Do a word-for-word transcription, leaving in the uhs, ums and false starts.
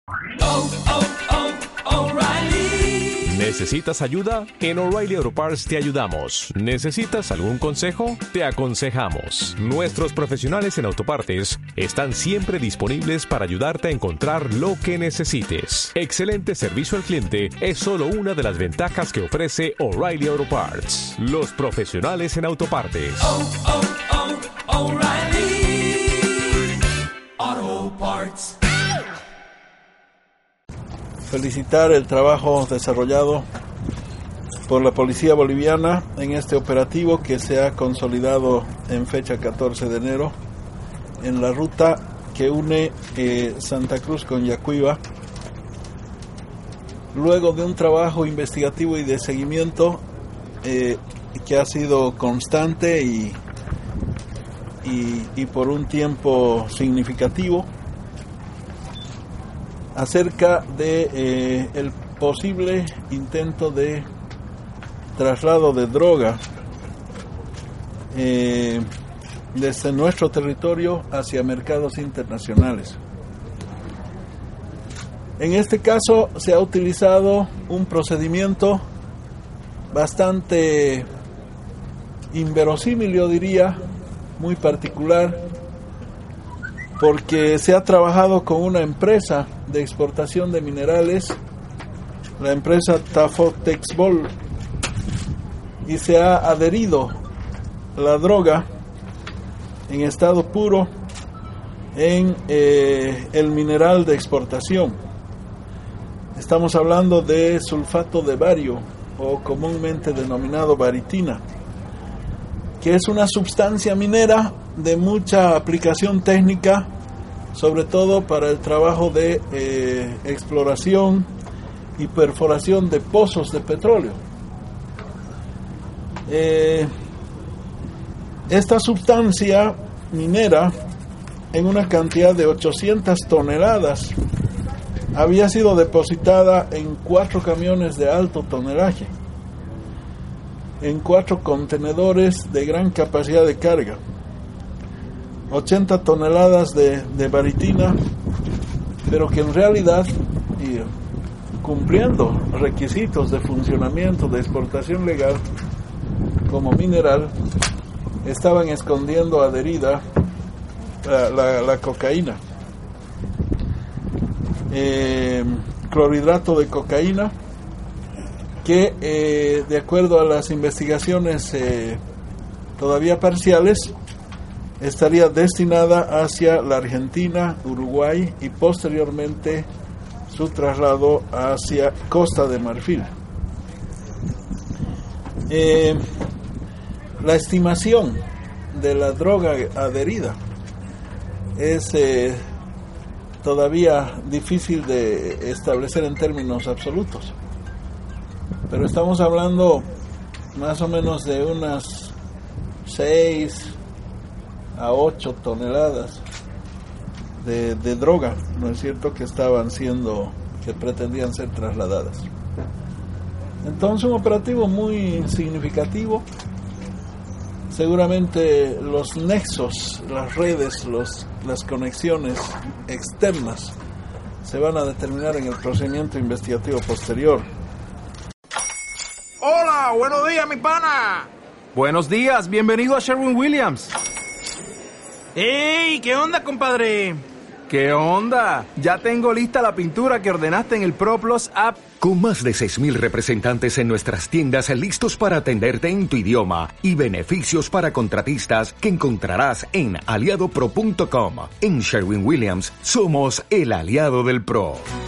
Oh, oh, oh, O'Reilly. ¿Necesitas ayuda? En O'Reilly Auto Parts te ayudamos. ¿Necesitas algún consejo? Te aconsejamos. Nuestros profesionales en autopartes están siempre disponibles para ayudarte a encontrar lo que necesites. Excelente servicio al cliente es solo una de las ventajas que ofrece O'Reilly Auto Parts. Los profesionales en autopartes. Oh, oh, oh, O'Reilly Auto Parts. Felicitar el trabajo desarrollado por la policía boliviana en este operativo que se ha consolidado en fecha catorce de enero en la ruta que une eh, Santa Cruz con Yacuiba. Luego de un trabajo investigativo y de seguimiento eh, que ha sido constante y, y, y por un tiempo significativo, acerca de eh, el posible intento de traslado de droga eh, desde nuestro territorio hacia mercados internacionales. En este caso se ha utilizado un procedimiento bastante inverosímil, yo diría, muy particular, porque se ha trabajado con una empresa de exportación de minerales, la empresa Tafotexbol, y se ha adherido la droga en estado puro en eh, el mineral de exportación. Estamos hablando de sulfato de bario, o comúnmente denominado baritina, que es una sustancia minera de mucha aplicación técnica, sobre todo para el trabajo de eh, exploración y perforación de pozos de petróleo. Eh, esta sustancia minera, en una cantidad de ochocientas toneladas, había sido depositada en cuatro camiones de alto tonelaje, en cuatro contenedores de gran capacidad de carga, ochenta toneladas de, de baritina, pero que en realidad, y cumpliendo requisitos de funcionamiento de exportación legal como mineral, estaban escondiendo adherida la, la, la cocaína, eh, clorhidrato de cocaína, que eh, de acuerdo a las investigaciones eh, todavía parciales, estaría destinada hacia la Argentina, Uruguay y posteriormente su traslado hacia Costa de Marfil. Eh, la estimación de la droga adherida es eh, todavía difícil de establecer en términos absolutos, pero estamos hablando más o menos de unas seis a ocho toneladas de, de droga, ¿no es cierto?, que estaban siendo, que pretendían ser trasladadas. Entonces, un operativo muy significativo. Seguramente los nexos, las redes, los, las conexiones externas se van a determinar en el procedimiento investigativo posterior. Hola, buenos días, mi pana. Buenos días, bienvenido a Sherwin-Williams. ¡Ey! ¿Qué onda, compadre? ¿Qué onda? Ya tengo lista la pintura que ordenaste en el ProPlus app. Con más de seis mil representantes en nuestras tiendas listos para atenderte en tu idioma y beneficios para contratistas que encontrarás en aliado pro punto com. En Sherwin-Williams somos el aliado del pro.